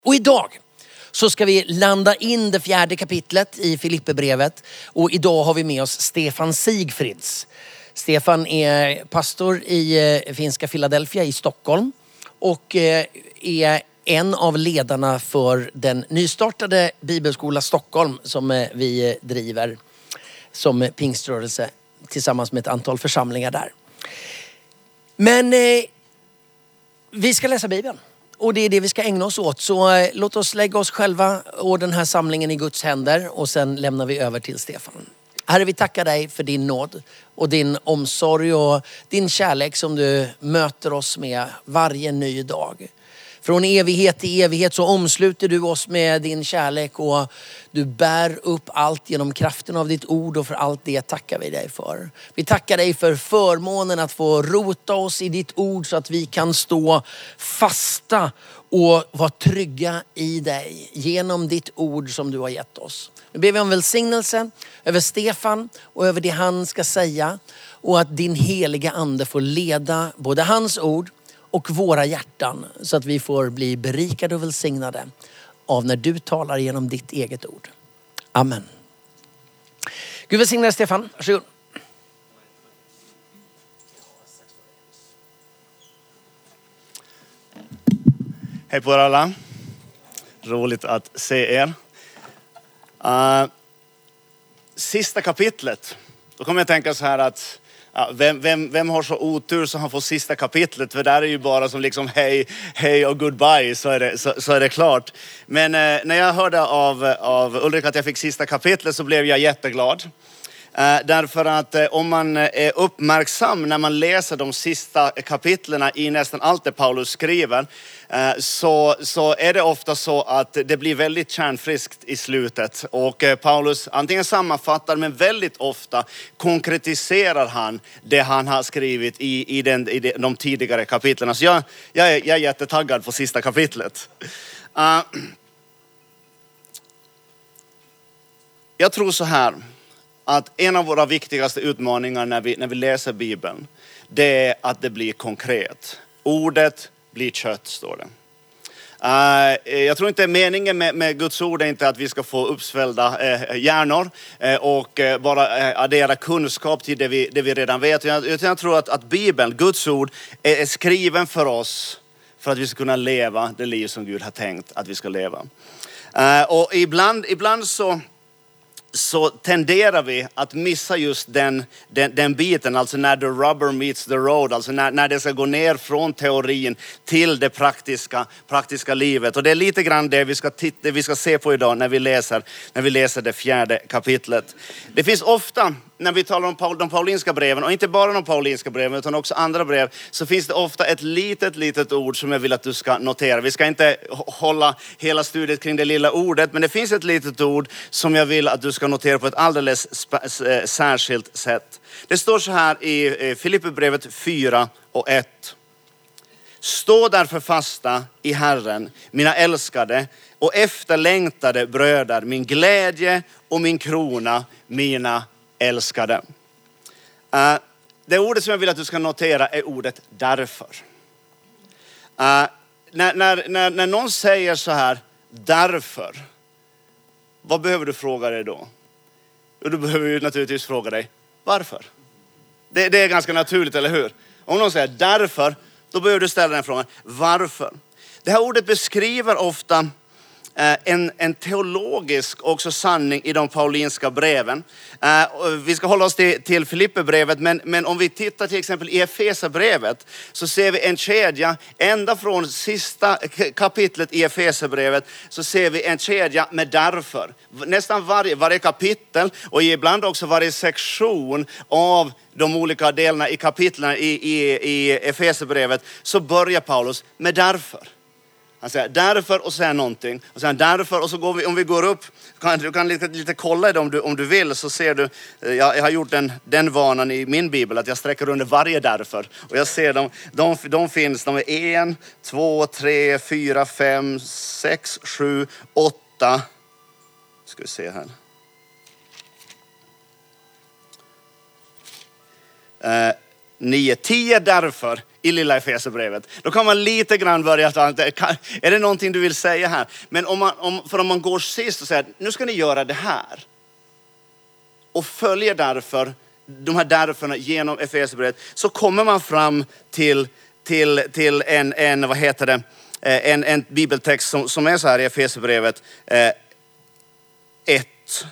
Och idag så ska vi landa in det 4:e kapitlet i Filipperbrevet. Och idag har vi med oss Stefan Sigfrids. Stefan är pastor i finska Philadelphia i Stockholm. Och är en av ledarna för den nystartade Bibelskola Stockholm som vi driver som pingströrelse tillsammans med ett antal församlingar där. Men vi ska läsa Bibeln. Och det är det vi ska ägna oss åt. Så låt oss lägga oss själva och den här samlingen i Guds händer. Och sen lämnar vi över till Stefan. Herre, vi tackar dig för din nåd och din omsorg och din kärlek som du möter oss med varje ny dag. Från evighet till evighet så omsluter du oss med din kärlek och du bär upp allt genom kraften av ditt ord, och för allt det tackar vi dig för. Vi tackar dig för förmånen att få rota oss i ditt ord så att vi kan stå fasta och vara trygga i dig genom ditt ord som du har gett oss. Nu ber vi om välsignelse över Stefan och över det han ska säga, och att din heliga ande får leda både hans ord och våra hjärtan så att vi får bli berikade och välsignade av när du talar genom ditt eget ord. Amen. Gud välsigna dig, Stefan. Varsågod. Hej på er alla. Roligt att se er. Sista kapitlet. Då kommer jag tänka så här att vem har så otur som han får sista kapitlet? För där är ju bara som liksom hej och goodbye, så är det klart. Men när jag hörde av Ulrik att jag fick sista kapitlet så blev jag jätteglad. Därför att om man är uppmärksam när man läser de sista kapitlerna i nästan allt det Paulus skriver, så är det ofta så att det blir väldigt kärnfriskt i slutet. Och Paulus antingen sammanfattar, men väldigt ofta konkretiserar han det han har skrivit i de tidigare kapitlerna. Så jag är jättetaggad på sista kapitlet. Jag tror så här, att en av våra viktigaste utmaningar när vi läser Bibeln, det är att det blir konkret. Ordet blir kött, står det. Jag tror inte meningen med Guds ord är inte att vi ska få uppsvällda hjärnor och bara addera kunskap till det vi redan vet. Utan jag tror att Bibeln, Guds ord, är skriven för oss för att vi ska kunna leva det liv som Gud har tänkt att vi ska leva. Och ibland så tenderar vi att missa just den biten, alltså när the rubber meets the road, alltså när det ska gå ner från teorin till det praktiska livet. Och det är lite grann det vi ska se på idag när vi läser det 4:e kapitlet. Det finns ofta, när vi talar om de paulinska breven, och inte bara de paulinska breven utan också andra brev, så finns det ofta ett litet ord som jag vill att du ska notera. Vi ska inte hålla hela studiet kring det lilla ordet, men det finns ett litet ord som jag vill att du ska notera på ett alldeles särskilt sätt. Det står så här i Filipperbrevet 4:1. Stå därför fasta i Herren, mina älskade och efterlängtade bröder, min glädje och min krona, mina älskade. Det ordet som jag vill att du ska notera är ordet därför. När någon säger så här, därför, vad behöver du fråga dig då? Du behöver ju naturligtvis fråga dig, varför? Det är ganska naturligt, eller hur? Om någon säger därför, då behöver du ställa den frågan, varför? Det här ordet beskriver ofta en teologisk också sanning i de paulinska breven. Vi ska hålla oss till Filipperbrevet, men om vi tittar till exempel i Efeserbrevet så ser vi en kedja ända från sista kapitlet i Efeserbrevet, så ser vi en kedja med därför. Nästan varje kapitel och ibland också varje sektion av de olika delarna i kapitlen i Efeserbrevet, så börjar Paulus med därför. Han säger därför och säger någonting. Och sen därför, och så går vi, om vi går upp, du kan lite kolla det om du vill, så ser du, jag har gjort den vanan i min bibel att jag sträcker under varje därför. Och jag ser de finns, de är 1, 2, 3, 4, 5, 6, 7, 8. Ska vi se här. 9, 10 därför i lilla Efesierbrevet. Då kan man lite grann börja, är det någonting du vill säga här? Men om man går sist och säger, nu ska ni göra det här. Och följer därför, de här därförna genom Efesierbrevet, så kommer man fram till en bibeltext som är så här i Efesierbrevet 1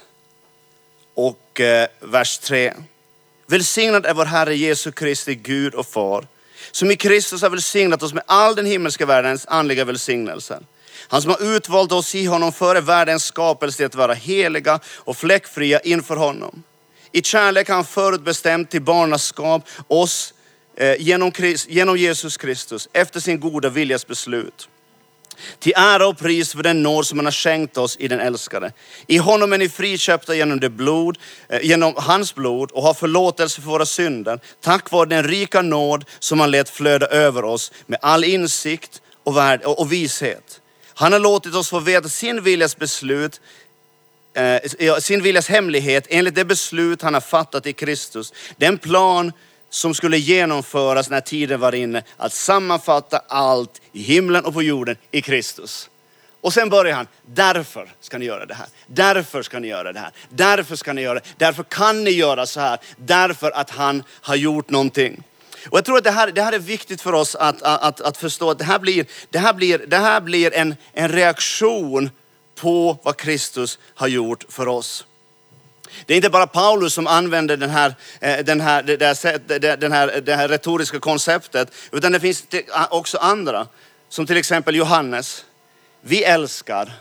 och vers 3. Välsignad är vår Herre Jesu Kristi Gud och Far, som i Kristus har välsignat oss med all den himmelska världens andliga välsignelser. Han som har utvalt oss i honom före världens skapelse till att vara heliga och fläckfria inför honom. I kärlek har han förutbestämt till barnaskap oss genom Jesus Kristus efter sin goda viljas beslut. Till ära och pris för den nåd som han har skänkt oss i den älskade. I honom är ni friköpta genom hans blod och har förlåtelse för våra synder. Tack vare den rika nåd som han lät flöda över oss med all insikt och vishet. Han har låtit oss få veta sin viljas beslut, sin viljas hemlighet enligt det beslut han har fattat i Kristus. Den plan som skulle genomföras när tiden var inne att sammanfatta allt i himlen och på jorden i Kristus. Och sen börjar han, därför ska ni göra det här. Därför ska ni göra det här. Därför ska ni göra det. Därför kan ni göra så här. Därför att han har gjort någonting. Och jag tror att det här är viktigt för oss att förstå att det här blir en reaktion på vad Kristus har gjort för oss. Det är inte bara Paulus som använder det här retoriska konceptet, utan det finns också andra, som till exempel Johannes. Vi älskar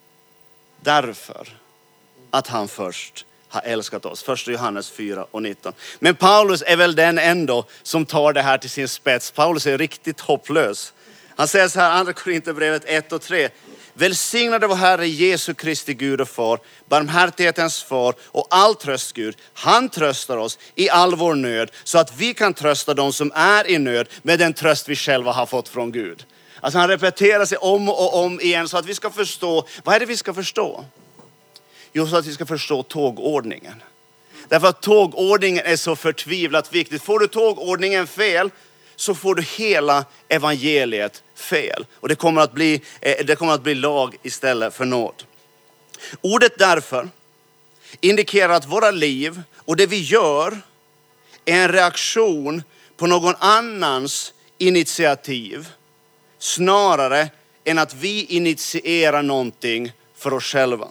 därför att han först har älskat oss. Första Johannes 4 och 19. Men Paulus är väl den ändå som tar det här till sin spets. Paulus är riktigt hopplös. Han säger så här, andra Korinthierbrevet 1 och 3. Välsignade vår Herre Jesu Kristi Gud och Far, barmhärtighetens Far och all tröst Gud. Han tröstar oss i all vår nöd så att vi kan trösta de som är i nöd med den tröst vi själva har fått från Gud. Alltså han repeterar sig om och om igen så att vi ska förstå. Vad är det vi ska förstå? Jo, så att vi ska förstå tågordningen. Därför att tågordningen är så förtvivlat viktigt. Får du tågordningen fel så får du hela evangeliet fel. Och det kommer att bli lag istället för nåd. Ordet därför indikerar att våra liv och det vi gör är en reaktion på någon annans initiativ. Snarare än att vi initierar någonting för oss själva.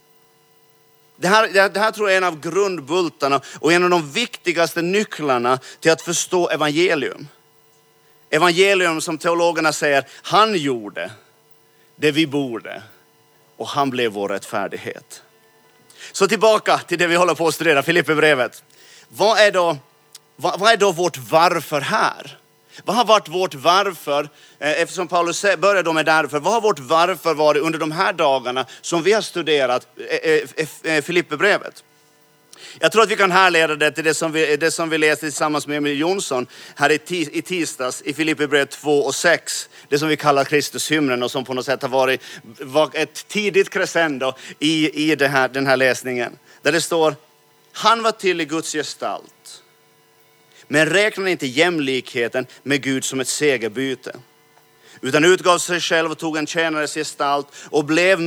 Det här tror jag är en av grundbultarna och en av de viktigaste nycklarna till att förstå evangelium. Evangelium som teologerna säger, han gjorde det vi borde och han blev vår rättfärdighet. Så tillbaka till det vi håller på att studera, Filipperbrevet. Vad är då vårt varför här? Vad har varit vårt varför, eftersom Paulus börjar då med därför, vad har vårt varför varit under de här dagarna som vi har studerat Filipperbrevet? Jag tror att vi kan härleda det till det som vi läste tillsammans med Emil Jonsson här i tisdags i Filipperbrevet 2 och 6. Det som vi kallar Kristushymnen och som på något sätt var ett tidigt crescendo i den här läsningen. Där det står, han var till i Guds gestalt. Men räknade inte jämlikheten med Gud som ett segerbyte. Utan utgav sig själv och tog en tjänares gestalt och blev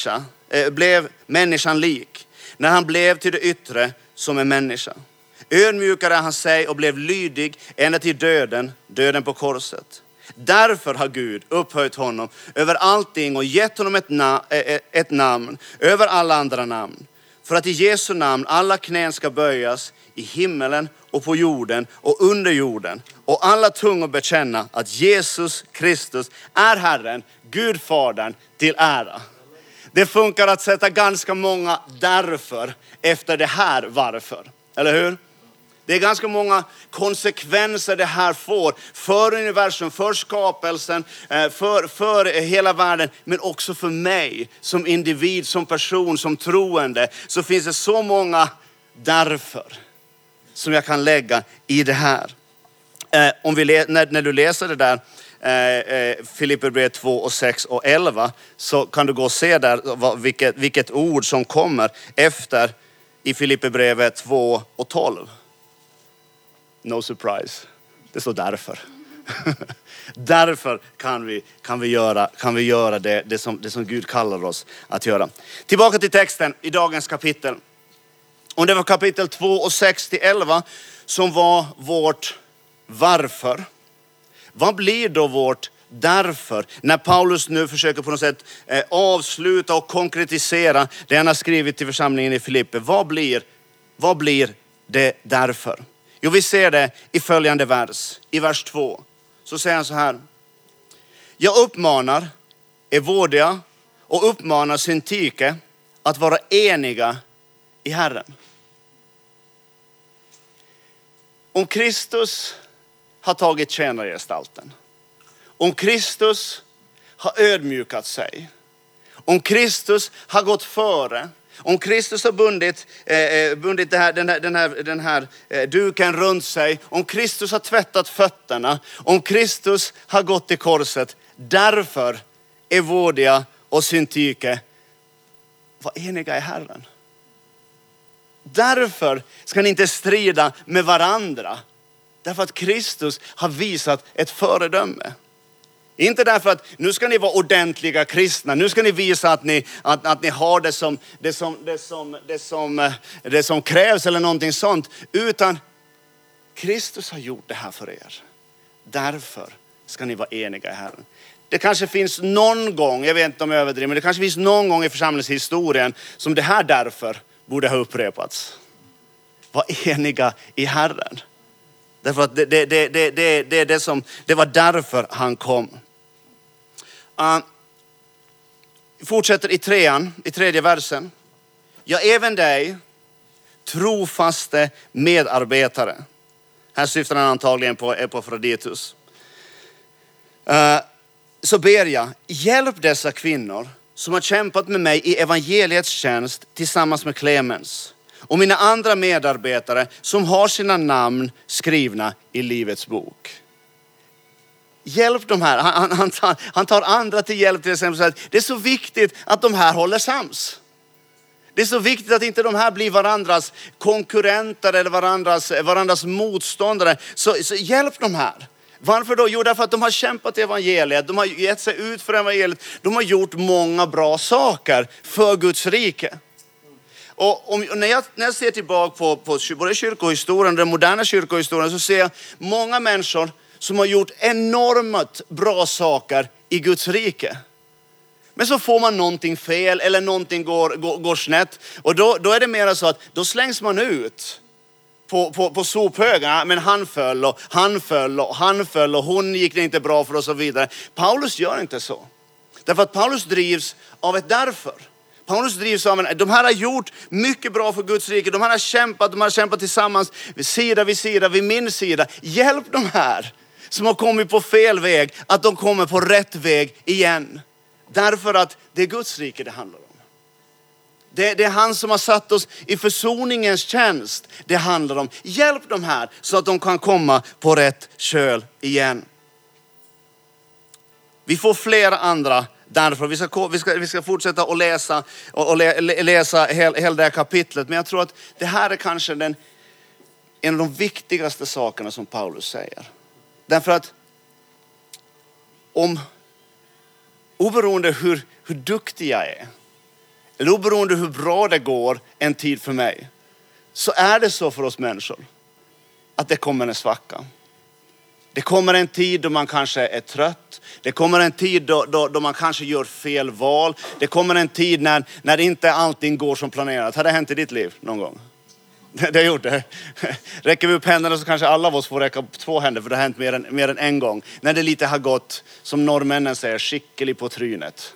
människan lik. När han blev till det yttre som en människa. Ödmjukade han sig och blev lydig ända till döden på korset. Därför har Gud upphöjt honom över allting och gett honom ett namn över alla andra namn. För att i Jesu namn alla knän ska böjas i himmelen och på jorden och under jorden. Och alla tungor bekänna att Jesus Kristus är Herren, Gud Fadern till ära. Det funkar att sätta ganska många därför efter det här varför. Eller hur? Det är ganska många konsekvenser det här får för universum, för skapelsen, för hela världen. Men också för mig som individ, som person, som troende. Så finns det så många därför som jag kan lägga i det här. När du läser det där Filipperbrevet 2 och 6 och 11 så kan du gå och se där vilket ord som kommer efter i Filipperbrevet 2 och 12. No surprise. Det står därför. Därför kan vi göra det som Gud kallar oss att göra. Tillbaka till texten i dagens kapitel. Och det var kapitel 2 och 6-11 som var vårt varför. Vad blir då vårt därför? När Paulus nu försöker på något sätt avsluta och konkretisera det han har skrivit till församlingen i Filippe. Vad blir det därför? Jo, vi ser det i följande vers. I vers 2 så säger han så här. Jag uppmanar Evodia och uppmanar Syntyke att vara eniga i Herren. Om Kristus har tagit tjänargestalten. Om Kristus har ödmjukat sig. Om Kristus har gått före. Om Kristus har bundit den här duken runt sig. Om Kristus har tvättat fötterna. Om Kristus har gått till korset. Därför Evodia och Syntyke var eniga i Herren. Därför ska ni inte strida med varandra. Därför att Kristus har visat ett föredöme. Inte därför att nu ska ni vara ordentliga kristna. Nu ska ni visa att ni har det som krävs eller någonting sånt. Utan Kristus har gjort det här för er. Därför ska ni vara eniga i Herren. Det kanske finns någon gång, jag vet inte om jag överdriver, men det kanske finns någon gång i församlingshistorien som det här därför borde ha upprepats. Var eniga i Herren. Därför att det var därför han kom. Fortsätter i tredje versen. Ja, även dig, trofaste medarbetare. Här syftar han antagligen på Epafroditus. Så ber jag, hjälp dessa kvinnor som har kämpat med mig i evangeliets tjänst tillsammans med Clemens. Och mina andra medarbetare som har sina namn skrivna i livets bok. Hjälp de här. Han tar andra till hjälp till exempel. Det är så viktigt att de här håller sams. Det är så viktigt att inte de här blir varandras konkurrenter eller varandras motståndare. Så hjälp de här. Varför då? Jo, därför att de har kämpat i evangeliet. De har gett sig ut för evangeliet. De har gjort många bra saker för Guds rike. Och när jag ser tillbaka på både kyrkohistorien och den moderna kyrkohistorien så ser jag många människor som har gjort enormt bra saker i Guds rike. Men så får man någonting fel eller någonting går snett. Och då är det mer så att då slängs man ut på sophögarna. Men han föll och hon gick det inte bra för och så vidare. Paulus gör inte så. Därför att Paulus drivs av ett därför. Paulus drivs av de här har gjort mycket bra för Guds rike. De har kämpat tillsammans sida vid sida, vid min sida. Hjälp de här som har kommit på fel väg att de kommer på rätt väg igen. Därför att det är Guds rike det handlar om. Det är han som har satt oss i försoningens tjänst. Det handlar om. Hjälp de här så att de kan komma på rätt köl igen. Vi får flera andra därför. Vi ska fortsätta att läsa hela det här kapitlet. Men jag tror att det här är kanske en av de viktigaste sakerna som Paulus säger. Därför att oberoende hur duktig jag är. Eller oberoende hur bra det går en tid för mig. Så är det så för oss människor. Att det kommer en svacka. Det kommer en tid då man kanske är trött. Det kommer en tid då man kanske gör fel val. Det kommer en tid när inte allting går som planerat. Har det hänt i ditt liv någon gång? Det har gjort det. Räcker vi upp händerna så kanske alla av oss får räcka upp 2 händer. För det har hänt mer än en gång. När det lite har gått, som norrmännen säger, skicklig på trynet.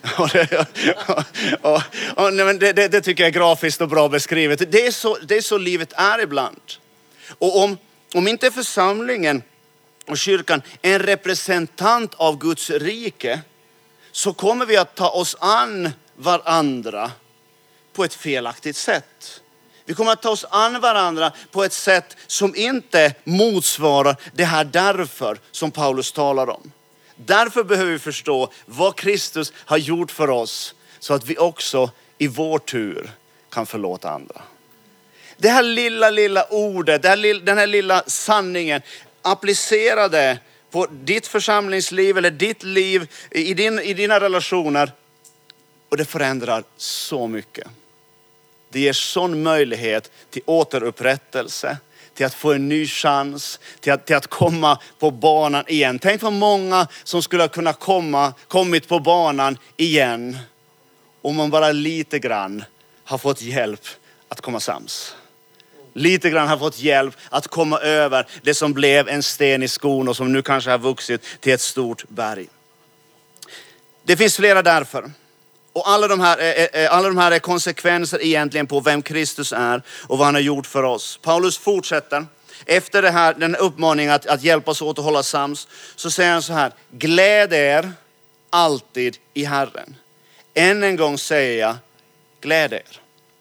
Det tycker jag är grafiskt och bra beskrivet. Det är så livet är ibland. Och om inte församlingen och kyrkan är en representant av Guds rike, så kommer vi att ta oss an varandra på ett felaktigt sätt. Vi kommer att ta oss an varandra på ett sätt som inte motsvarar det här därför som Paulus talar om. Därför behöver vi förstå vad Kristus har gjort för oss så att vi också i vår tur kan förlåta andra. Det här lilla ordet, den här lilla sanningen. applicera det på ditt församlingsliv eller ditt liv, i dina relationer. Och det förändrar så mycket. Det ger sån möjlighet till återupprättelse, till att få en ny chans, till att komma på banan igen. Tänk på många som skulle kunna kommit på banan igen om man bara lite grann har fått hjälp att komma sams. Lite grann har fått hjälp att komma över det som blev en sten i skon och som nu kanske har vuxit till ett stort berg. Det finns flera därför. Och alla de här är konsekvenser egentligen på vem Kristus är och vad han har gjort för oss. Paulus fortsätter. Efter det här, den uppmaningen att hjälpa oss åt att hålla sams, så säger han så här: gläd er alltid i Herren. Än en gång säger jag, gläd er.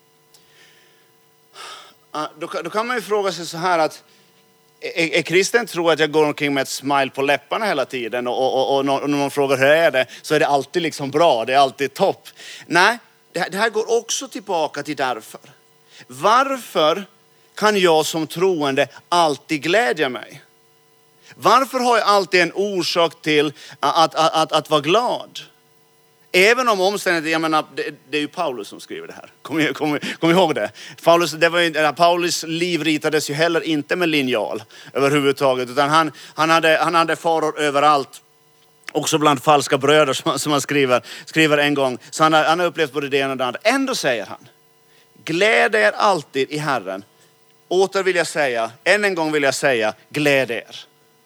Då kan man ju fråga sig så här att är kristen tro att jag går omkring med ett smile på läpparna hela tiden och när man frågar hur är det, så är det alltid liksom bra, det är alltid topp. Nej, det här går också tillbaka till därför. Varför kan jag som troende alltid glädja mig? Varför har jag alltid en orsak till att vara glad? Även om omständigheter, jag menar, det är ju Paulus som skriver det här. Kom ihåg det. Paulus liv ritades ju heller inte med linjal överhuvudtaget. Utan han hade faror överallt. Också bland falska bröder som han skriver en gång. Så han har upplevt både det ena och det andra. Ändå säger han: gläd er alltid i Herren. Åter vill jag säga, än en gång vill jag säga, gläd er.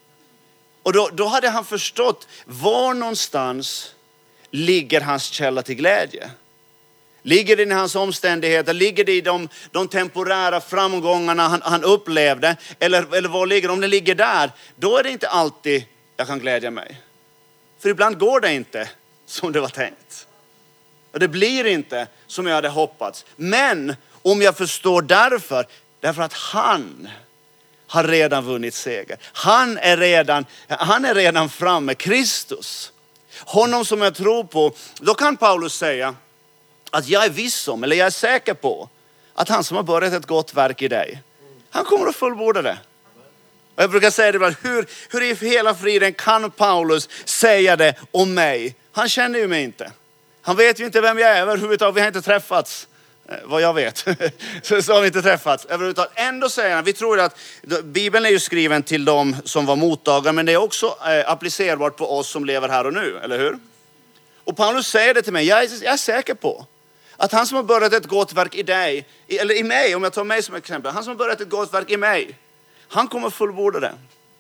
Och då hade han förstått var någonstans ligger hans källa till glädje. Ligger det i hans omständigheter? Ligger det i de temporära framgångarna han upplevde? Eller var ligger det? Om det ligger där, då är det inte alltid jag kan glädja mig. För ibland går det inte som det var tänkt. Och det blir inte som jag hade hoppats. Men om jag förstår därför att han har redan vunnit seger. Han är redan framme, Kristus. Honom som jag tror på, då kan Paulus säga att jag är viss om, eller jag är säker på, att han som har börjat ett gott verk i dig, han kommer att fullborda det. Och jag brukar säga det ibland, hur i hela friden kan Paulus säga det om mig? Han känner ju mig inte. Han vet ju inte vem jag är överhuvudtaget, vi har inte träffats. Vad jag vet. Så har vi inte träffats överhuvudtaget. Ändå säger han, vi tror att Bibeln är ju skriven till dem som var mottagare, men det är också applicerbart på oss som lever här och nu, eller hur? Och Paulus säger det till mig, jag är säker på att han som har börjat ett gott verk i dig, eller i mig, om jag tar mig som exempel, han som har börjat ett gott verk i mig, han kommer fullborda det.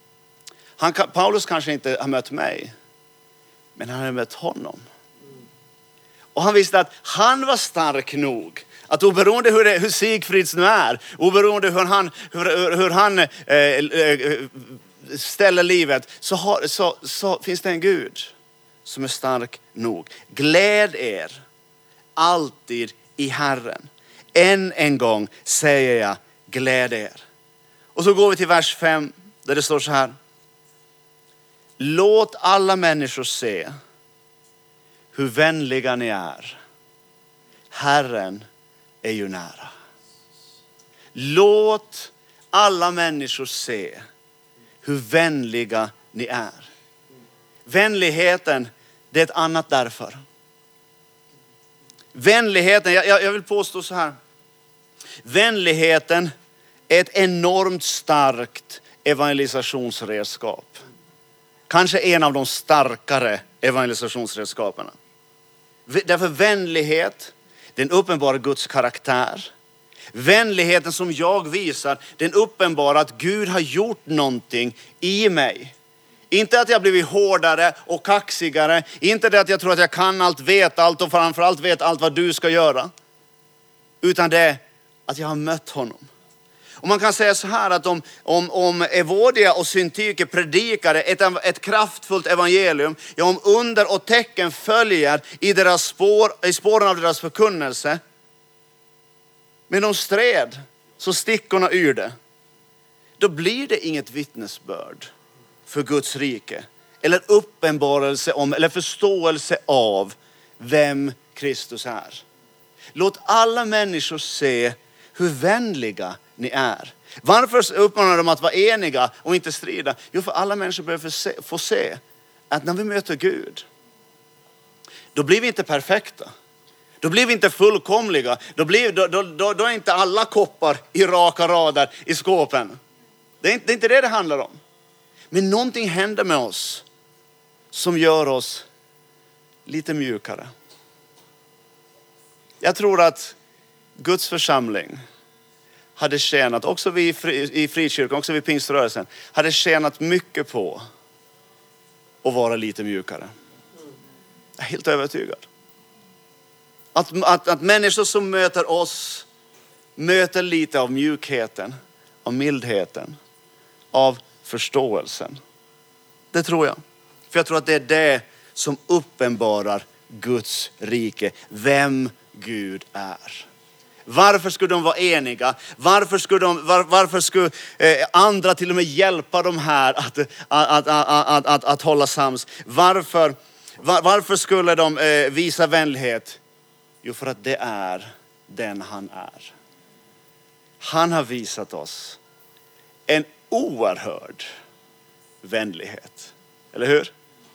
Paulus kanske inte har mött mig, men han har mött honom. Och han visste att han var stark nog att oberoende hur Sigfrids nu är, oberoende hur han ställer livet, så finns det en Gud som är stark nog. Gläd er alltid i Herren. Än en gång säger jag, gläd er. Och så går vi till vers 5 där det står så här: låt alla människor se hur vänliga ni är. Herren är ju nära. Låt alla människor se hur vänliga ni är. Vänligheten, det är ett annat därför. Vänligheten, jag vill påstå så här. Vänligheten är ett enormt starkt evangelisationsredskap. Kanske en av de starkare evangelisationsredskapen. Därför vänlighet, den uppenbarar Guds karaktär. Vänligheten som jag visar, den uppenbarar att Gud har gjort någonting i mig. Inte att jag blivit hårdare och kaxigare. Inte det att jag tror att jag kan allt, vet allt och framförallt vet allt vad du ska göra. Utan det att jag har mött honom. Och man kan säga så här att om Evodia och Syntyke predikade ett kraftfullt evangelium, ja, om under och tecken följer i spåren av deras förkunnelse, men de stred så stickorna yrde, då blir det inget vittnesbörd för Guds rike eller uppenbarelse om eller förståelse av vem Kristus är. Låt alla människor se hur vänliga ni är. Varför uppmanar de att vara eniga och inte strida? Jo, för alla människor behöver få se att när vi möter Gud, då blir vi inte perfekta. Då blir vi inte fullkomliga. Då är inte alla koppar i raka rader i skåpen. Det är inte det handlar om. Men någonting händer med oss som gör oss lite mjukare. Jag tror att Guds församling hade tjänat, också vi i frikyrkan, också vi i pingströrelsen, hade tjänat mycket på att vara lite mjukare. Jag är helt övertygad. Att människor som möter oss möter lite av mjukheten, av mildheten, av förståelsen. Det tror jag. För jag tror att det är det som uppenbarar Guds rike, vem Gud är. Varför skulle de vara eniga? Varför skulle andra till och med hjälpa dem här att hålla sams? Varför skulle de visa vänlighet? Jo, för att det är den han är. Han har visat oss en oerhörd vänlighet. Eller hur?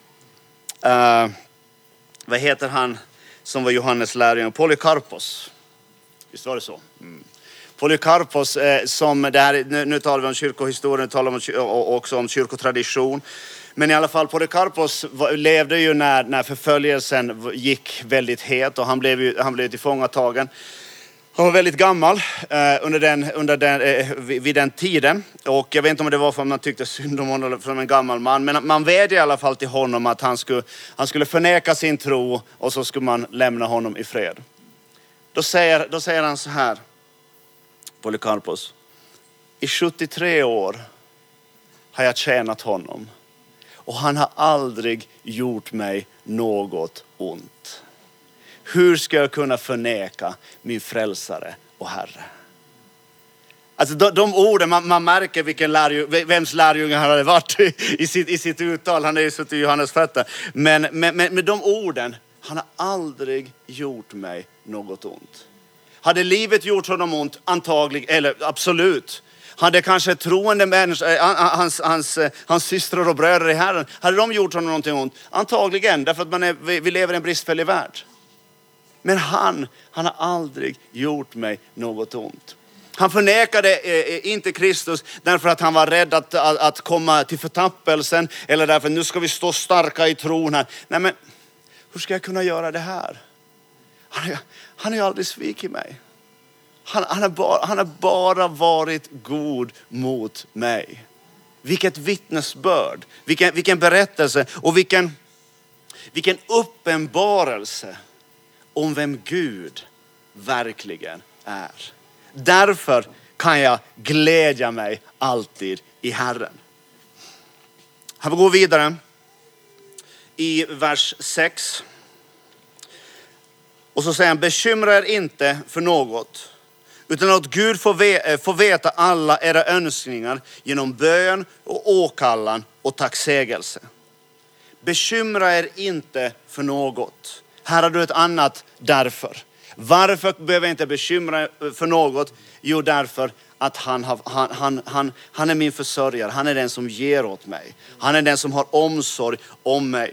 Vad heter han som var Johannes lärjunge? Polycarpos. Visst var det så? Polycarpos, som det här, nu talar vi om kyrkohistoria, nu talar vi också om kyrkotradition. Men i alla fall, Polycarpos levde ju när förföljelsen gick väldigt het och han blev tillfångatagen. Han var väldigt gammal vid den tiden. Och jag vet inte om det var för att man tyckte synd om honom som en gammal man. Men man vädjade i alla fall till honom att han skulle förneka sin tro och så skulle man lämna honom i fred. Då säger han så här, Polycarpos: i 73 år har jag tjänat honom och han har aldrig gjort mig något ont. Hur ska jag kunna förneka min frälsare och Herre? Alltså de orden, man märker vems lärjunge han hade varit i sitt uttal. Han är ju suttit i Johannes fötter. Men med de orden, han har aldrig gjort mig något ont. Hade livet gjort honom ont? Antagligen, eller absolut. Hade kanske troende människor, hans systrar och bröder i Herren, hade de gjort honom någonting ont? Antagligen, därför att vi lever i en bristfällig värld. Men han har aldrig gjort mig något ont. Han förnekade inte Kristus därför att han var rädd att komma till förtappelsen. Eller därför att nu ska vi stå starka i tron här. Nej, men hur ska jag kunna göra det här? Han har ju aldrig svikit mig. Han har bara varit god mot mig. Vilket vittnesbörd. Vilken berättelse. Och vilken uppenbarelse om vem Gud verkligen är. Därför kan jag glädja mig alltid i Herren. Här vi går vidare i vers 6. Och så säger han: bekymra er inte för något, utan att Gud får veta alla era önskningar genom bön och åkallan och tacksägelse. Bekymra er inte för något. Här har du ett annat därför. Varför behöver jag inte bekymra för något? Jo, därför att han är min försörjare. Han är den som ger åt mig. Han är den som har omsorg om mig.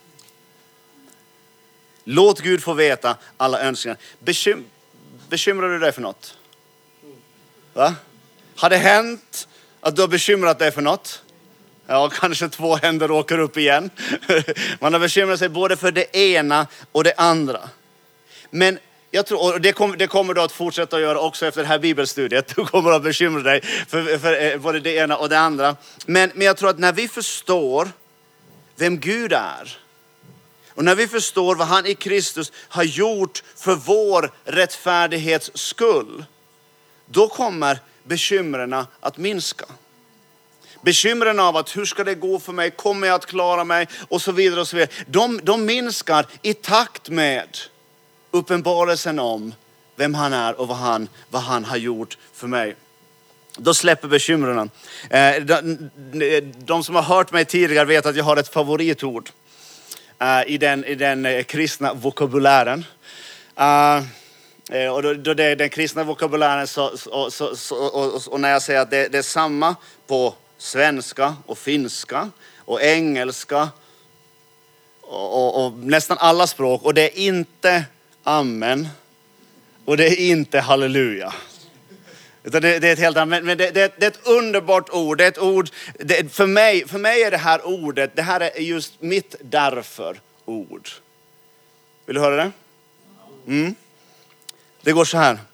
Låt Gud få veta alla önskningar. Bekymrar du dig för något? Va? Har det hänt att du har bekymrat dig för något? Ja, kanske 2 händer åker upp igen. Man har bekymrat sig både för det ena och det andra. Men jag tror, och det kommer du att fortsätta att göra också efter det här bibelstudiet. Du kommer att bekymra dig för både det ena och det andra. Men jag tror att när vi förstår vem Gud är, och när vi förstår vad han i Kristus har gjort för vår rättfärdighets skull, då kommer bekymren att minska. Bekymren av att hur ska det gå för mig, kommer jag att klara mig och så vidare och så vidare. De minskar i takt med uppenbarelsen om vem han är och vad han har gjort för mig. Då släpper bekymren. De som har hört mig tidigare vet att jag har ett favoritord i den kristna vokabulären. Och då det är den kristna vokabulären och när jag säger att det är samma på svenska och finska och engelska och nästan alla språk. Och det är inte amen och det är inte halleluja. Utan det är ett helt annat, men det är ett underbart ord. Det är ett ord, för mig är det här ordet, det här är just mitt därför ord. Vill du höra det? Mm. Det går så här.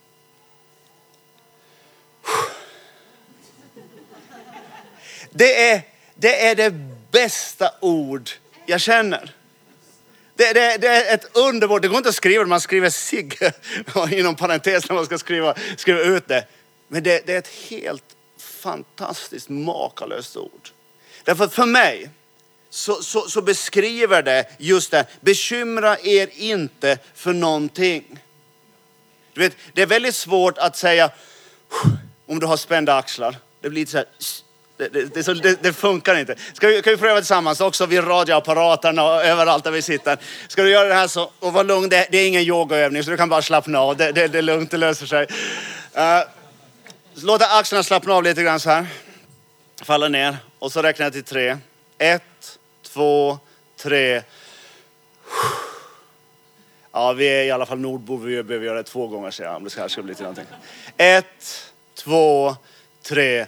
Det är det bästa ord jag känner. Det är ett underbart, det går inte att skriva, man skriver sig inom parentes när man ska skriva ut det. Men det är ett helt fantastiskt makalöst ord. Därför att för mig så beskriver det just det. Bekymra er inte för någonting. Du vet, det är väldigt svårt att säga om du har spända axlar. Det blir lite så här. Det funkar inte. Kan vi pröva tillsammans också vid radioapparaterna och överallt där vi sitter. Ska du göra det här så, och var lugn, det är ingen yogaövning så du kan bara slappna av. Det är lugnt, det löser sig. Låta axlarna slappna av lite grann så här. Falla ner och så räknar jag till 3. 1, 2, 3. Ja, vi är i alla fall nordbor. Vi behöver göra det 2 gånger så om det här ska bli till någonting. 1, 2, 3.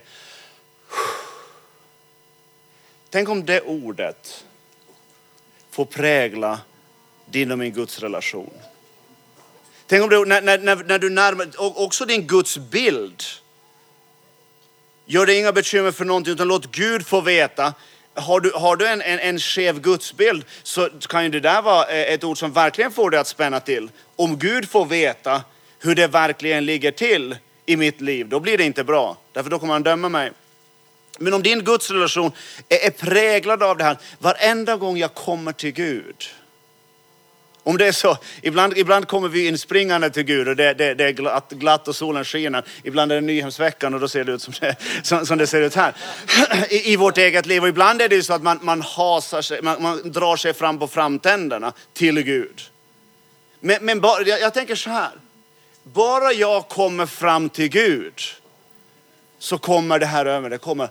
Tänk om det ordet får prägla din och min Guds relation. Tänk om du, när du närmar, och också din Guds bild. Gör det inga bekymmer för någonting utan låt Gud få veta. Har du en skev gudsbild så kan ju det där vara ett ord som verkligen får dig att spänna till. Om Gud får veta hur det verkligen ligger till i mitt liv, då blir det inte bra. Därför då kommer han döma mig. Men om din gudsrelation är präglad av det här, varenda gång jag kommer till Gud. Om det är så, ibland kommer vi in springande till Gud och det är glatt och solen skiner. Ibland är det Nyhemsveckan och då ser det ut som det ser ut här. I vårt eget liv. Och ibland är det ju så att man hasar sig, man drar sig fram på framtänderna till Gud. Men jag tänker så här. Bara jag kommer fram till Gud så kommer det här över. Det kommer.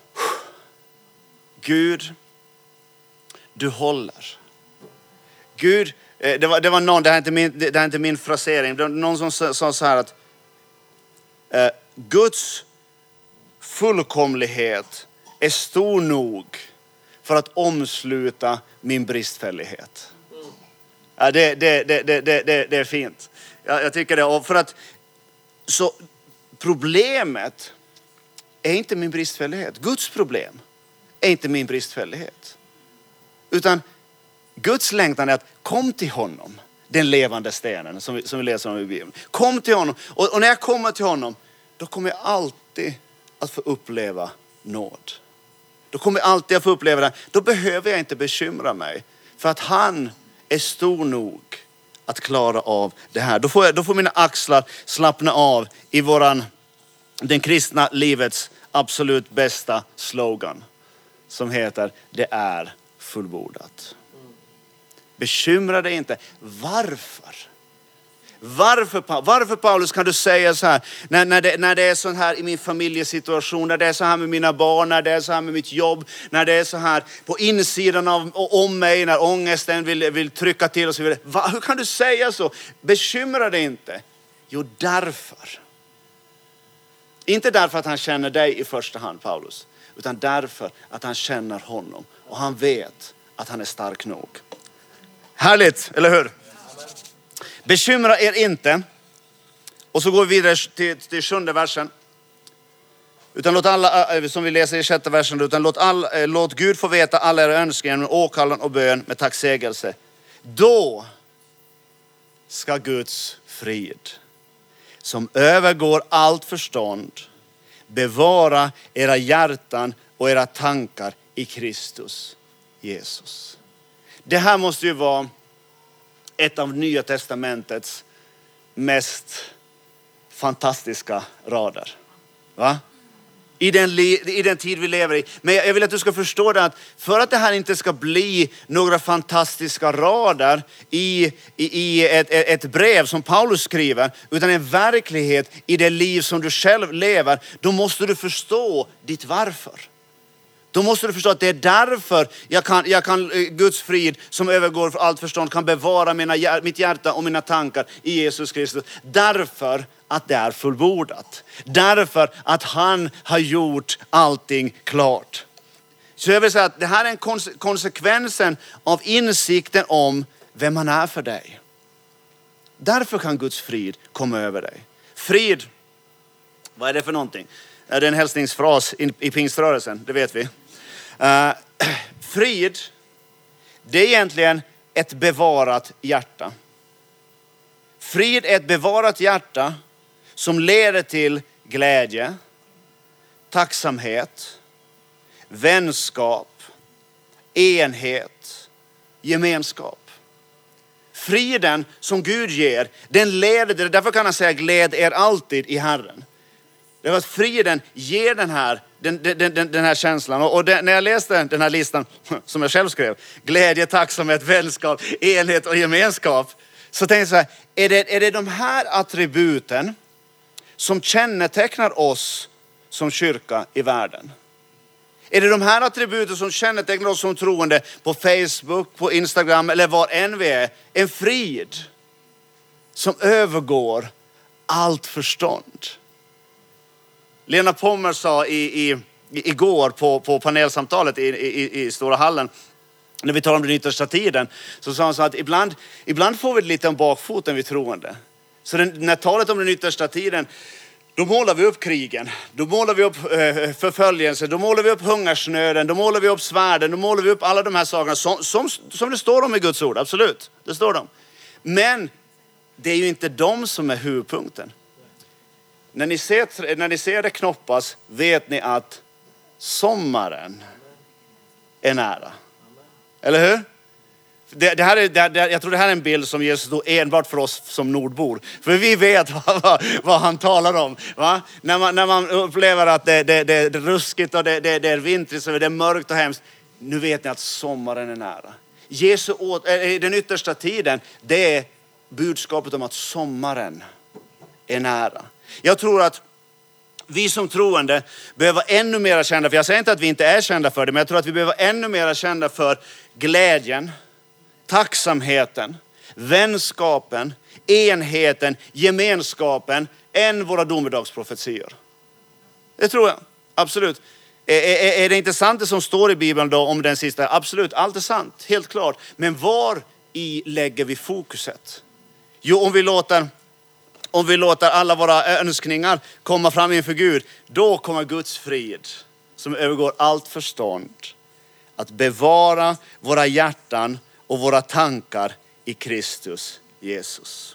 Gud, du håller. Gud, det var någon, det här är inte min frasering. Det var någon som sa så här att Guds fullkomlighet är stor nog för att omsluta min bristfällighet. Ja, det är fint. Jag tycker det. Och för att, så problemet är inte min bristfällighet. Guds problem är inte min bristfällighet. Utan Guds längtan är att kom till honom. Den levande stenen som vi läser om i Bibeln. Kom till honom. Och när jag kommer till honom, då kommer jag alltid att få uppleva nåd. Då kommer jag alltid att få uppleva det. Då behöver jag inte bekymra mig. För att han är stor nog att klara av det här. Då får mina axlar slappna av i den kristna livets absolut bästa slogan. Som heter, det är fullbordat. Bekymra dig inte. Varför Paulus kan du säga så här när det är så här i min familjesituation, när det är så här med mina barn, när det är så här med mitt jobb, när det är så här på insidan om mig, när ångesten vill trycka till och så vidare. Hur kan du säga så? Bekymra dig inte. Jo, därför. Inte därför att han känner dig i första hand, Paulus, utan därför att han känner honom och han vet att han är stark nog. Härligt, eller hur? Bekymra er inte. Och så går vi vidare till 7:e versen. Utan låt alla, som vi läser i 6:e versen, utan låt Gud få veta alla era önskningar med åkallan och bön med tacksägelse. Då ska Guds frid, som övergår allt förstånd, bevara era hjärtan och era tankar i Kristus Jesus. Det här måste ju vara ett av Nya testamentets mest fantastiska rader. Va? i den tid vi lever i. Men jag vill att du ska förstå det, att för att det här inte ska bli några fantastiska rader i ett brev som Paulus skriver, utan en verklighet i det liv som du själv lever, då måste du förstå ditt varför. Då måste du förstå att det är därför jag kan Guds frid som övergår för allt förstånd kan bevara mitt hjärta och mina tankar i Jesus Kristus. Därför att det är fullbordat. Därför att han har gjort allting klart. Så jag vill säga att det här är en konsekvensen av insikten om vem han är för dig. Därför kan Guds frid komma över dig. Frid, vad är det för någonting? Det är en hälsningsfras i pingströrelsen, det vet vi. Frid, det är egentligen ett bevarat hjärta. Frid är ett bevarat hjärta som leder till glädje, tacksamhet, vänskap, enhet, gemenskap. Friden som Gud ger, den leder, därför kan han säga gläd er alltid i Herren. Det var att friden ger den här känslan. Och när jag läste den här listan som jag själv skrev, glädje, tacksamhet, vänskap, enhet och gemenskap, så tänkte jag så här, är det de här attributen som kännetecknar oss som kyrka i världen? Är det de här attributen som kännetecknar oss som troende på Facebook, på Instagram eller var än vi är? En frid som övergår allt förstånd. Lena Pommer sa igår på panelsamtalet i Stora hallen, när vi talade om den yttersta tiden, så sa hon så att ibland får vi lite om bakfoten vi troende. Så när talet om den yttersta tiden, då målar vi upp krigen, då målar vi upp förföljelsen, då målar vi upp hungersnöden, då målar vi upp svärden, då målar vi upp alla de här sakerna som det står om i Guds ord, absolut, det står de. Men det är ju inte de som är huvudpunkten. När ni ser det knoppas, vet ni att sommaren är nära. Eller hur? Jag tror det här är en bild som ges då enbart för oss som nordbor. För vi vet vad han talar om. Va? När man upplever att det är ruskigt och det är vintrigt, så är det mörkt och hemskt. Nu vet ni att sommaren är nära. Den yttersta tiden, det är budskapet om att sommaren är nära. Jag tror att vi som troende behöver ännu mer kända, för jag säger inte att vi inte är kända för det, men jag tror att vi behöver ännu mer kända för glädjen, tacksamheten, vänskapen, enheten, gemenskapen än våra domedagsprofetior. Det tror jag, absolut. Är det inte sant det som står i Bibeln då om den sista? Absolut, allt är sant, helt klart. Men var i lägger vi fokuset? Jo, om vi låter alla våra önskningar komma fram inför Gud, då kommer Guds frid som övergår allt förstånd att bevara våra hjärtan och våra tankar i Kristus Jesus.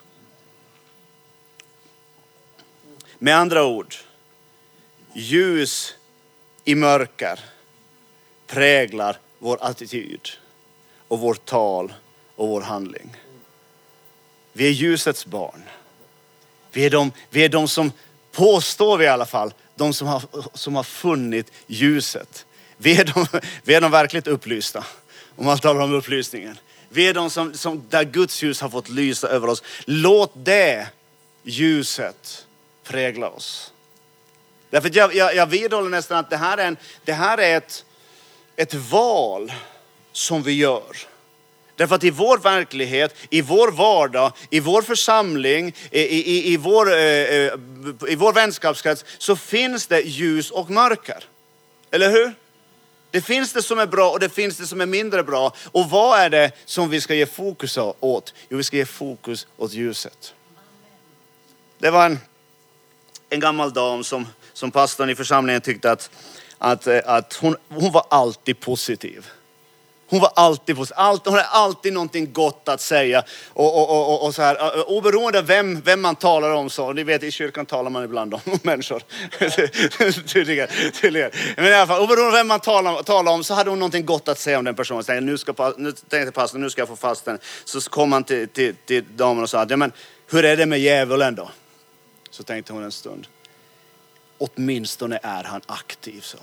Med andra ord, ljus i mörker präglar vår attityd och vårt tal och vår handling. Vi är ljusets barn. Vi är de som, påstår vi i alla fall, de som har funnit ljuset. Vi är de verkligt upplysta, om man talar om upplysningen. Vi är de som där Guds ljus har fått lysa över oss. Låt det ljuset prägla oss. Därför att jag vidhåller nästan att det här är ett val som vi gör. Därför att i vår verklighet, i vår vardag, i vår församling, i vår vänskapskrets, så finns det ljus och mörker. Eller hur? Det finns det som är bra och det finns det som är mindre bra. Och vad är det som vi ska ge fokus åt? Jo, vi ska ge fokus åt ljuset. Det var en gammal dam som pastorn i församlingen tyckte att hon var alltid positiv. Hon var alltid positiv. Hon hade alltid någonting gott att säga. Och så här, oberoende vem man talar om, så. Ni vet, i kyrkan talar man ibland om människor. Tydligen. Men i alla fall, oberoende vem man talar om, så hade hon någonting gott att säga om den personen. Så nu tänkte pastorn, nu ska jag få fasten. Så kom han till damen och sa, ja, men hur är det med djävulen då? Så tänkte hon en stund. åtminstone är han aktiv, så.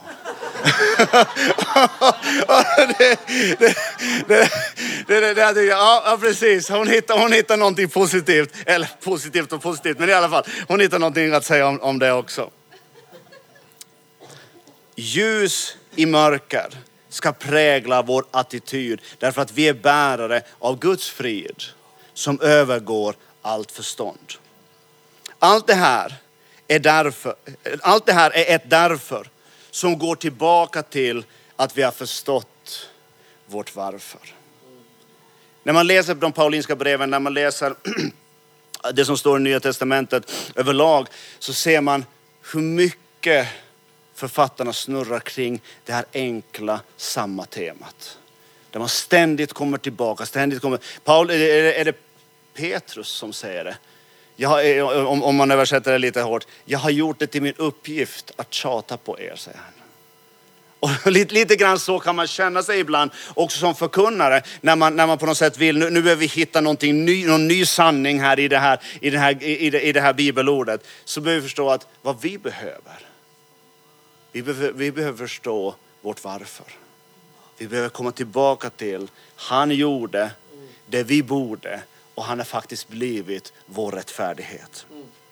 Ja, precis. Hon hittar någonting positivt. Eller positivt och positivt, men i alla fall. Hon hittar någonting att säga om det också. Ljus i mörker ska prägla vår attityd. Därför att vi är bärare av Guds frid som övergår allt förstånd. Allt det här är ett därför som går tillbaka till att vi har förstått vårt varför. När man läser de paulinska breven, när man läser det som står i Nya testamentet överlag, så ser man hur mycket författarna snurrar kring det här enkla, samma temat. Där man ständigt kommer tillbaka, är det Petrus som säger det? Om man översätter det lite hårt. Jag har gjort det till min uppgift att tjata på er, säger han. Och lite grann så kan man känna sig ibland också som förkunnare. När man på något sätt vill, nu behöver vi hitta någon ny sanning här i det här bibelordet. Så behöver vi förstå att vad vi behöver. Vi behöver förstå vårt varför. Vi behöver komma tillbaka till han gjorde det vi borde. Och han har faktiskt blivit vår rättfärdighet.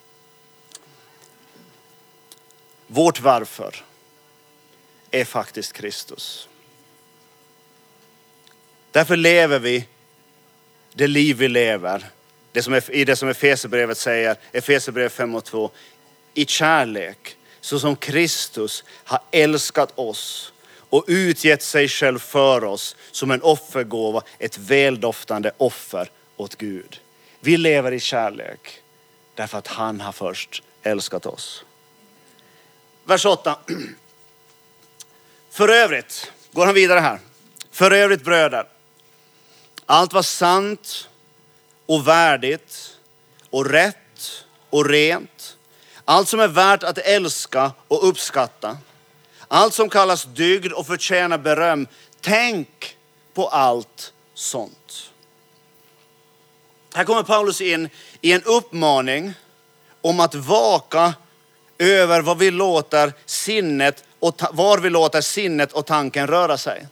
Vårt varför är faktiskt Kristus. Därför lever vi det liv vi lever. Det som Efesierbrevet säger, Efesierbrevet 5:2. I kärlek, så som Kristus har älskat oss och utgett sig själv för oss som en offergåva, ett väldoftande offer åt Gud. Vi lever i kärlek därför att han har först älskat oss. Vers 8. För övrigt, går han vidare här. För övrigt bröder, allt var sant och värdigt och rätt och rent. Allt som är värt att älska och uppskatta. Allt som kallas dygd och förtjänar beröm. Tänk på allt sånt. Här kommer Paulus in i en uppmaning om att vaka över var vi låter sinnet och tanken röra sig.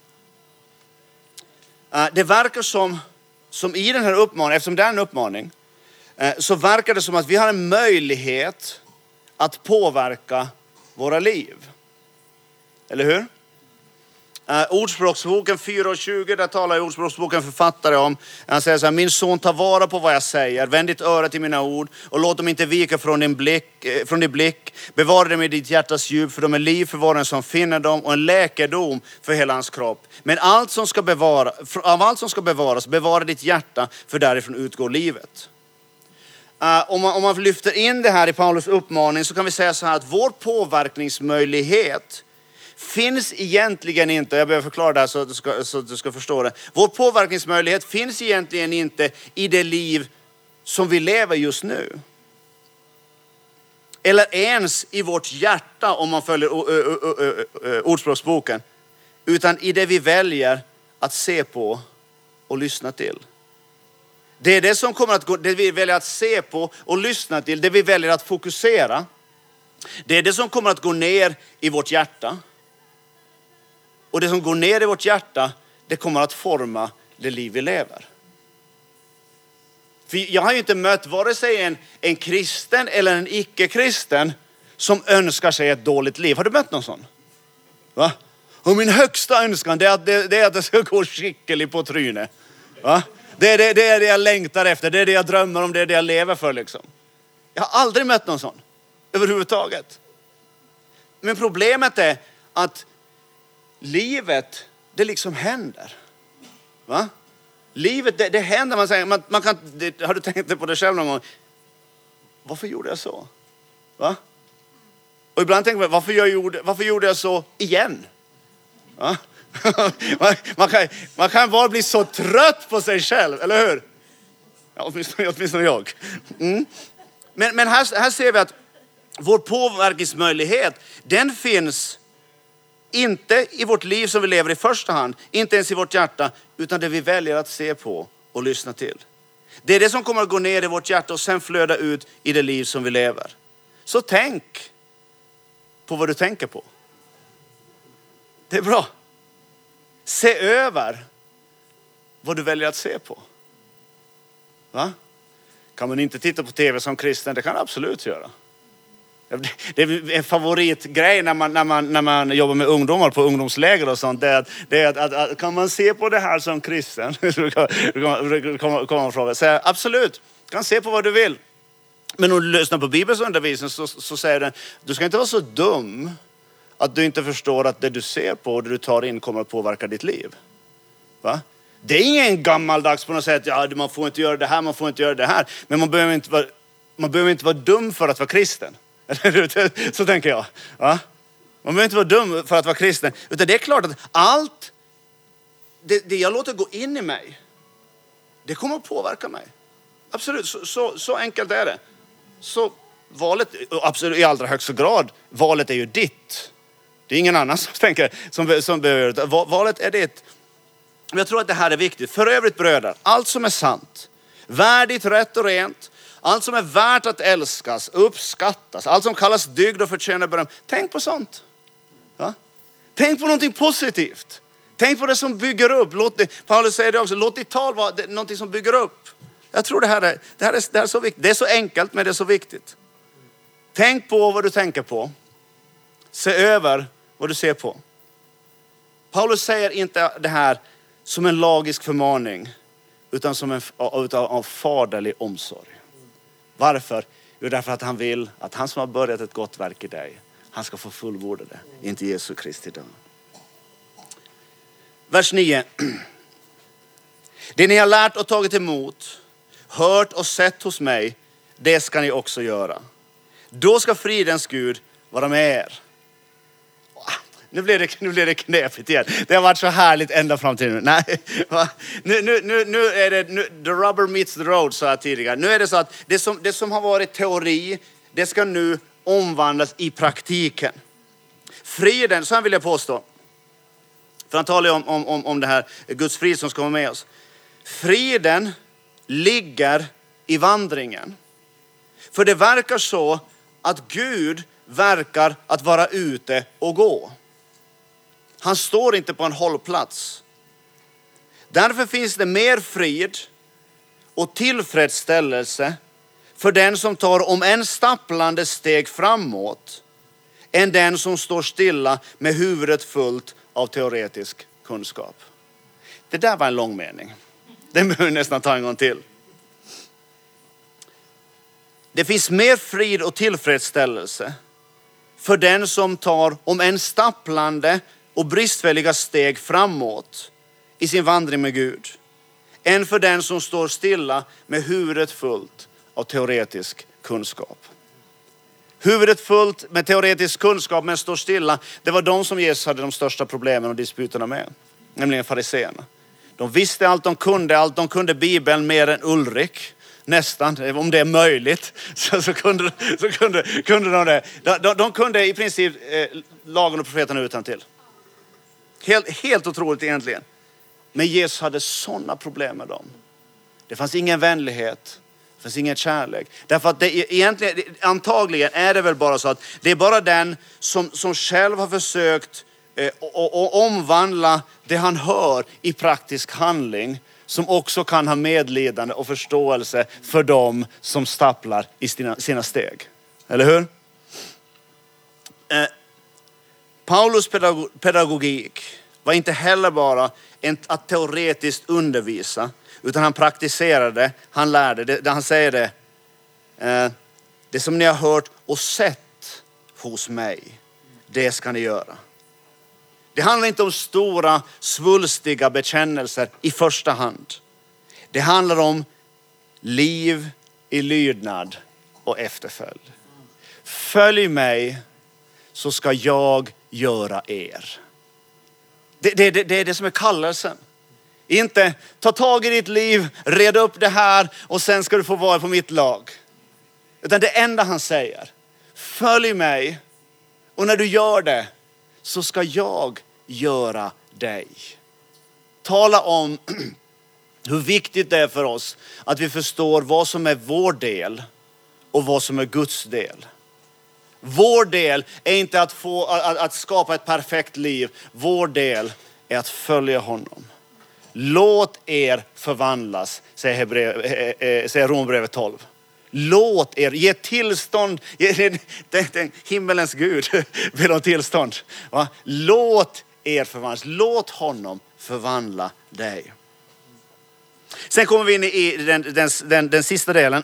Det verkar som i den här uppmaningen, eftersom det är en uppmaning, så verkar det som att vi har en möjlighet att påverka våra liv. Eller hur? Ordspråksboken 4:20, där talar Ordspråksboken författare om. Han säger så här: min son, ta vara på vad jag säger. Vänd ditt öra till mina ord och låt dem inte vika från din blick. Bevara dem i ditt hjärtas djup, för de är liv för var den som finner dem och en läkedom för hela hans kropp. Men av allt som ska bevaras, bevara ditt hjärta, för därifrån utgår livet. Om man lyfter in det här i Paulus uppmaning, så kan vi säga så här att vår påverkningsmöjlighet finns egentligen inte, jag behöver förklara det här så att du ska förstå det. Vår påverkningsmöjlighet finns egentligen inte i det liv som vi lever just nu. Eller ens i vårt hjärta, om man följer Ordspråksboken. Utan i det vi väljer att se på och lyssna till. Det är det som kommer att gå, det vi väljer att se på och lyssna till, det vi väljer att fokusera. Det är det som kommer att gå ner i vårt hjärta. Och det som går ner i vårt hjärta, det kommer att forma det liv vi lever. För jag har ju inte mött vare sig en kristen eller en icke-kristen som önskar sig ett dåligt liv. Har du mött någon sån? Va? Och min högsta önskan det är att det ska gå skickligt på trynet. Va? Det är det jag längtar efter, det är det jag drömmer om, det är det jag lever för liksom. Jag har aldrig mött någon sån överhuvudtaget. Men problemet är att livet, det liksom händer. Va? Livet, det händer. Man säger, man kan, har du tänkt på det själv någon gång? Varför gjorde jag så? Va? Och ibland tänker man, varför gjorde jag så igen? Va? man kan bara bli så trött på sig själv, eller hur? Ja, åtminstone jag. Mm. Men här ser vi att vår påverkningsmöjlighet, den finns inte i vårt liv som vi lever i första hand, inte ens i vårt hjärta, utan det vi väljer att se på och lyssna till. Det är det som kommer att gå ner i vårt hjärta och sen flöda ut i det liv som vi lever. Så tänk på vad du tänker på. Det är bra. Se över vad du väljer att se på. Va? Kan man inte titta på tv som kristen? Det kan man absolut göra. Det är en favoritgrej när man jobbar med ungdomar på ungdomsläger och sånt. Det är att kan man se på det här som kristen? Kommer man fråga. Så absolut, kan se på vad du vill. Men om du lyssnar på Bibelns undervisning så säger den, du ska inte vara så dum att du inte förstår att det du ser på och det du tar in kommer att påverka ditt liv. Va? Det är ingen gammaldags på något sätt, ja, man får inte göra det här, man får inte göra det här. Men man behöver inte vara dum för att vara kristen. Så tänker jag. Va? Man behöver inte vara dum för att vara kristen. Utan det är klart att allt det jag låter gå in i mig, det kommer att påverka mig. Absolut, så enkelt är det. Så valet, absolut i allra högsta grad, valet är ju ditt. Det är ingen annan som tänker som behöver det. Valet är ditt. Jag tror att det här är viktigt. För övrigt bröder, allt som är sant, värdigt, rätt och rent, allt som är värt att älskas, uppskattas, allt som kallas dygd och förtjänar beröm. Tänk på sånt. Ja? Tänk på någonting positivt. Tänk på det som bygger upp. Paulus säger det också, låt ditt tal vara någonting som bygger upp. Jag tror det här är så viktigt. Det är så enkelt, men det är så viktigt. Tänk på vad du tänker på. Se över vad du ser på. Paulus säger inte det här som en lagisk förmaning, utan som av faderlig omsorg. Varför? Jo, därför att han vill att han som har börjat ett gott verk i dig, han ska få fullborda det. Inte Jesu Kristi död. Vers 9. Det ni har lärt och tagit emot, hört och sett hos mig, det ska ni också göra. Då ska fridens Gud vara med er. Nu blir det knepigt igen. Det har varit så härligt ända fram till nu. Nej, nu är det the rubber meets the road, sa jag tidigare. Nu är det så att det som har varit teori, det ska nu omvandlas i praktiken. Friden, så här vill jag påstå. För han talar ju om det här Guds frid som ska vara med oss. Friden ligger i vandringen. För det verkar så att Gud verkar att vara ute och gå. Han står inte på en hållplats. Därför finns det mer frid och tillfredsställelse för den som tar om en stapplande steg framåt än den som står stilla med huvudet fullt av teoretisk kunskap. Det där var en lång mening. Den behöver vi nästan ta en gång till. Det finns mer frid och tillfredsställelse för den som tar om en stapplande och bristfälliga steg framåt i sin vandring med Gud än för den som står stilla med huvudet fullt av teoretisk kunskap. Huvudet fullt med teoretisk kunskap men står stilla, det var de som Jesus hade de största problemen och disputerna med, nämligen fariseerna. De visste allt de kunde Bibeln mer än Ulrik. Nästan, om det är möjligt, så kunde de det. De kunde i princip lagen och profeterna utantill. Helt otroligt egentligen. Men Jesus hade sådana problem med dem. Det fanns ingen vänlighet. Det fanns ingen kärlek. Därför att antagligen är det väl bara så att det är bara den som själv har försökt omvandla det han hör i praktisk handling som också kan ha medlidande och förståelse för dem som stapplar i sina steg. Eller hur? Paulus pedagogik var inte heller bara att teoretiskt undervisa, utan han praktiserade, han lärde det. Han säger det, det som ni har hört och sett hos mig, det ska ni göra. Det handlar inte om stora, svulstiga bekännelser i första hand. Det handlar om liv i lydnad och efterföljd. Följ mig så ska jag göra er. Det är det som är kallelsen. Inte ta tag i ditt liv, reda upp det här och sen ska du få vara på mitt lag. Utan det enda han säger, följ mig och när du gör det så ska jag göra dig. Tala om hur viktigt det är för oss att vi förstår vad som är vår del och vad som är Guds del. Vår del är inte att skapa ett perfekt liv. Vår del är att följa honom. Låt er förvandlas, säger Romarbrevet 12. Låt er, ge tillstånd, himmelens Gud vill ha tillstånd. Va? Låt er förvandlas, låt honom förvandla dig. Sen kommer vi in i den sista delen.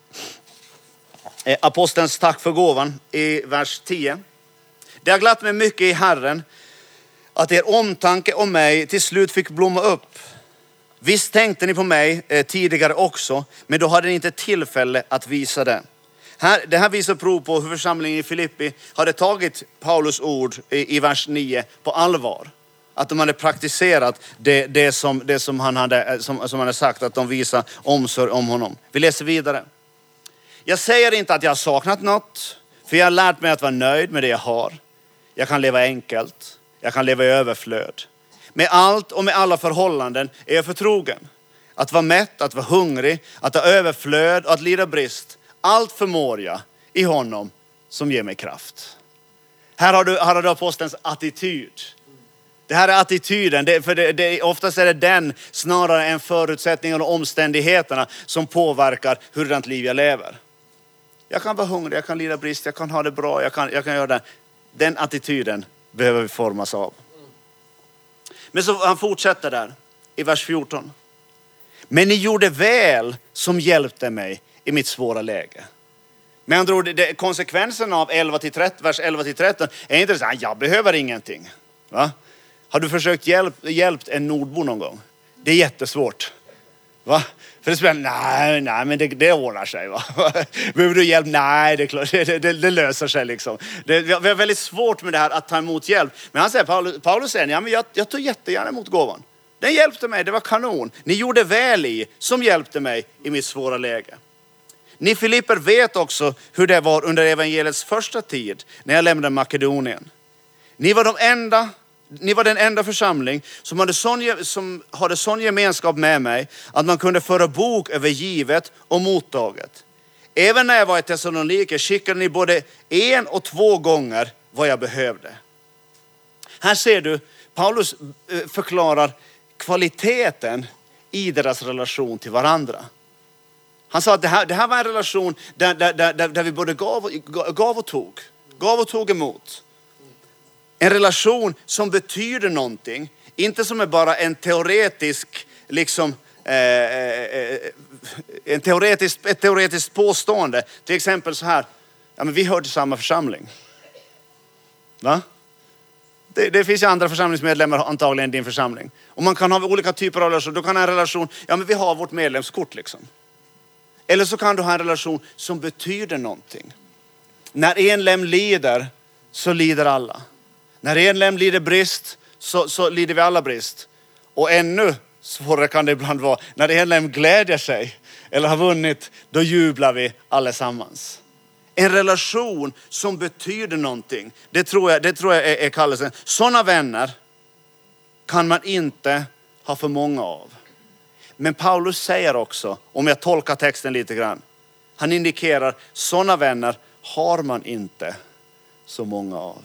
Apostelns tack för gåvan i vers 10. Det har glatt mig mycket i Herren att er omtanke om mig till slut fick blomma upp. Visst tänkte ni på mig tidigare också, men då hade ni inte tillfälle att visa det. Det här visar prov på hur församlingen i Filippi hade tagit Paulus ord i vers 9 på allvar. Att de hade praktiserat det som han hade sagt, att de visar omsorg om honom. Vi läser vidare. Jag säger inte att jag har saknat något, för jag har lärt mig att vara nöjd med det jag har. Jag kan leva enkelt, jag kan leva i överflöd. Med allt och med alla förhållanden är jag förtrogen. Att vara mätt, att vara hungrig, att ha överflöd och att lida brist. Allt förmår jag i honom som ger mig kraft. Här har du apostelns attityd. Det här är attityden, oftast är det den snarare än förutsättningarna och omständigheterna som påverkar hurdant liv jag lever. Jag kan vara hungrig, jag kan lida brist, jag kan ha det bra, jag kan göra det. Den attityden behöver vi formas av. Men så han fortsätter där i vers 14. Men ni gjorde väl som hjälpte mig i mitt svåra läge. Men andra ord, konsekvensen av vers 11-13 är inte så här, jag behöver ingenting. Va? Har du försökt hjälpt en nordbo någon gång? Det är jättesvårt. Va? För det spelar, nej, men det ordnar sig. Va? Behöver du hjälp? Nej, det är klart, det löser sig liksom. Vi har väldigt svårt med det här att ta emot hjälp. Men han säger, Paulus säger, ja, men jag tog jättegärna emot gåvan. Den hjälpte mig, det var kanon. Ni gjorde väl i, som hjälpte mig i mitt svåra läge. Ni Filipper vet också hur det var under evangeliets första tid när jag lämnade Makedonien. Ni var den enda församling som hade sån gemenskap med mig att man kunde föra bok över givet och mottaget. Även när jag var i Thessaloniki skickade ni både 1 och 2 gånger vad jag behövde. Här ser du, Paulus förklarar kvaliteten i deras relation till varandra. Han sa att det här var en relation där vi både gav och tog emot. En relation som betyder någonting. Inte som är bara en teoretisk, liksom, ett teoretiskt påstående. Till exempel så här, ja, men vi hör till samma församling. Va? Det finns ju andra församlingsmedlemmar antagligen i din församling. Och man kan ha olika typer av relationer. Du kan ha en relation, ja men vi har vårt medlemskort liksom. Eller så kan du ha en relation som betyder någonting. När en lem lider så lider alla. När en lem lider brist så lider vi alla brist. Och ännu svårare kan det ibland vara. När en lem glädjer sig eller har vunnit, då jublar vi allesammans. En relation som betyder någonting. Det tror jag är kallelsen. Sådana vänner kan man inte ha för många av. Men Paulus säger också, om jag tolkar texten lite grann. Han indikerar, sådana vänner har man inte så många av.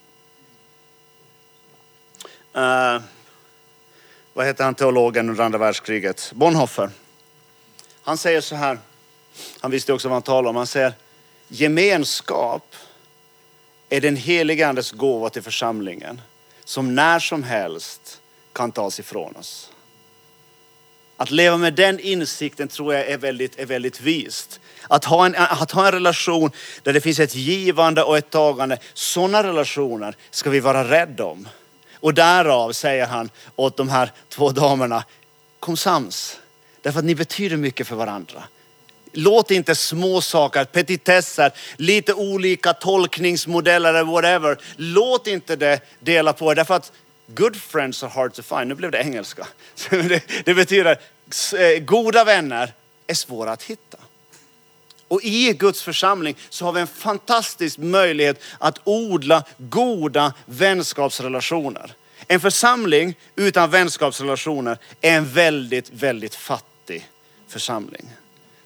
Vad heter han teologen under andra världskriget? Bonhoeffer. Han säger så här. Han visste också vad han talar om. Han säger, gemenskap är den helige andes gåva till församlingen. Som när som helst kan tas ifrån oss. Att leva med den insikten tror jag är väldigt vist. Att ha en relation där det finns ett givande och ett tagande. Sådana relationer ska vi vara rädda om. Och därav säger han åt de här 2 damerna, kom sams. Därför att ni betyder mycket för varandra. Låt inte små saker, petitesser, lite olika tolkningsmodeller eller whatever. Låt inte det dela på er. Därför att good friends are hard to find. Nu blev det engelska. Det betyder goda vänner är svåra att hitta. Och i Guds församling så har vi en fantastisk möjlighet att odla goda vänskapsrelationer. En församling utan vänskapsrelationer är en väldigt fattig församling.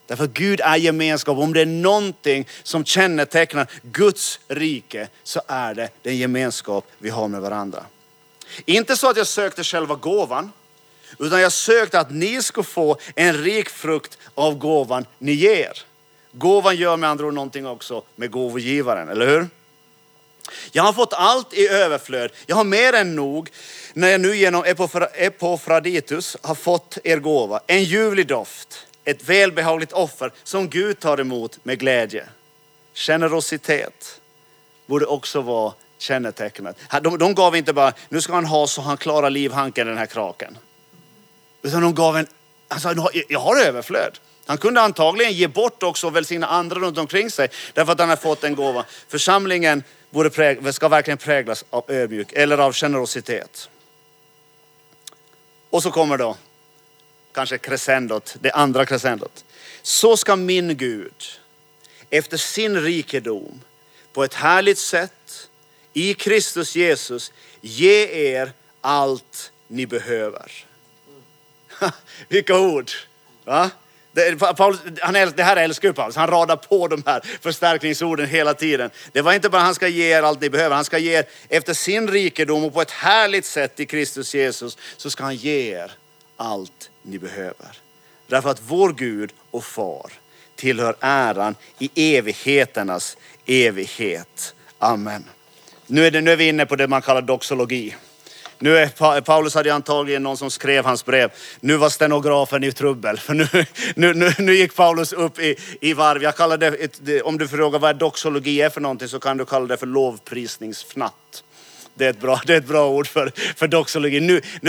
Därför att Gud är gemenskap. Om det är någonting som kännetecknar Guds rike så är det den gemenskap vi har med varandra. Inte så att jag sökte själva gåvan, utan jag sökte att ni ska få en rik frukt av gåvan ni ger. Gåvan gör med andra ord någonting också med gåvogivaren, eller hur? Jag har fått allt i överflöd. Jag har mer än nog när jag nu genom Epafroditus har fått er gåva. En ljuvlig doft, ett välbehagligt offer som Gud tar emot med glädje. Generositet borde också vara kännetecknet. De gav inte bara, nu ska han ha så han klarar livhanken den här kraken. Utan de gav alltså jag har överflöd. Han kunde antagligen ge bort också och välsigna andra runt omkring sig. Därför att han har fått en gåva. Församlingen ska verkligen präglas av ödmjuk eller av generositet. Och så kommer då kanske crescendot, det andra crescendot. Så ska min Gud efter sin rikedom på ett härligt sätt i Kristus Jesus ge er allt ni behöver. Vilka ord! Va? Det här älskar ju Paulus. Han radar på de här förstärkningsorden hela tiden. Det var inte bara han ska ge er allt ni behöver. Han ska ge er efter sin rikedom och på ett härligt sätt i Kristus Jesus. Så ska han ge er allt ni behöver. Därför att vår Gud och far tillhör äran i evigheternas evighet. Amen. Nu är vi inne på det man kallar doxologi. Paulus hade antagligen någon som skrev hans brev. Nu var stenografen i trubbel. För nu gick Paulus upp i varv. Jag kallar det, om du frågar vad doxologi är för någonting så kan du kalla det för lovprisningsfnatt. Det är ett bra ord för doxologi.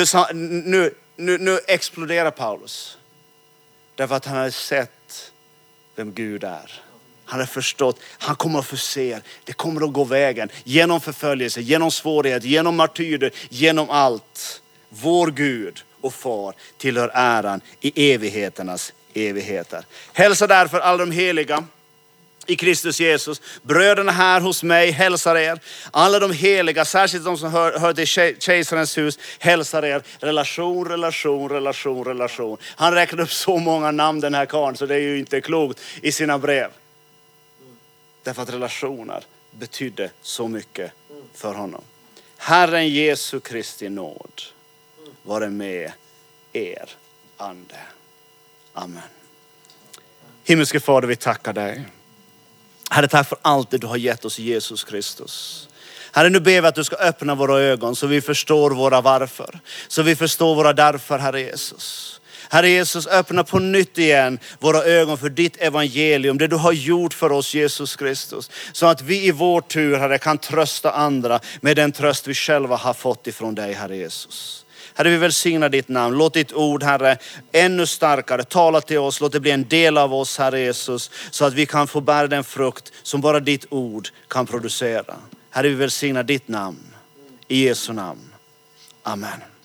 Nu exploderar Paulus. Därför att han har sett vem Gud är. Han har förstått, han kommer att förse, det kommer att gå vägen. Genom förföljelse, genom svårighet, genom martyrer, genom allt. Vår Gud och far tillhör äran i evigheternas evigheter. Hälsa därför alla de heliga i Kristus Jesus. Bröderna här hos mig hälsar er. Alla de heliga, särskilt de som hör till kejsarens hus, hälsar er. Relation. Han räknar upp så många namn den här karln så det är ju inte klokt i sina brev. Därför att relationer betydde så mycket för honom. Herren Jesu Kristi nåd vare med er ande. Amen. Himmelske Fader, vi tackar dig. Herre, tack för allt det du har gett oss i Jesus Kristus. Herre, nu ber vi att du ska öppna våra ögon så vi förstår våra varför. Så vi förstår våra därför, Herre Jesus. Herre Jesus, öppna på nytt igen våra ögon för ditt evangelium. Det du har gjort för oss, Jesus Kristus. Så att vi i vår tur, Herre, kan trösta andra med den tröst vi själva har fått ifrån dig, Herre Jesus. Herre, vi välsignar ditt namn. Låt ditt ord, Herre, ännu starkare tala till oss. Låt det bli en del av oss, Herre Jesus. Så att vi kan få bära den frukt som bara ditt ord kan producera. Herre, vi välsignar ditt namn. I Jesu namn. Amen.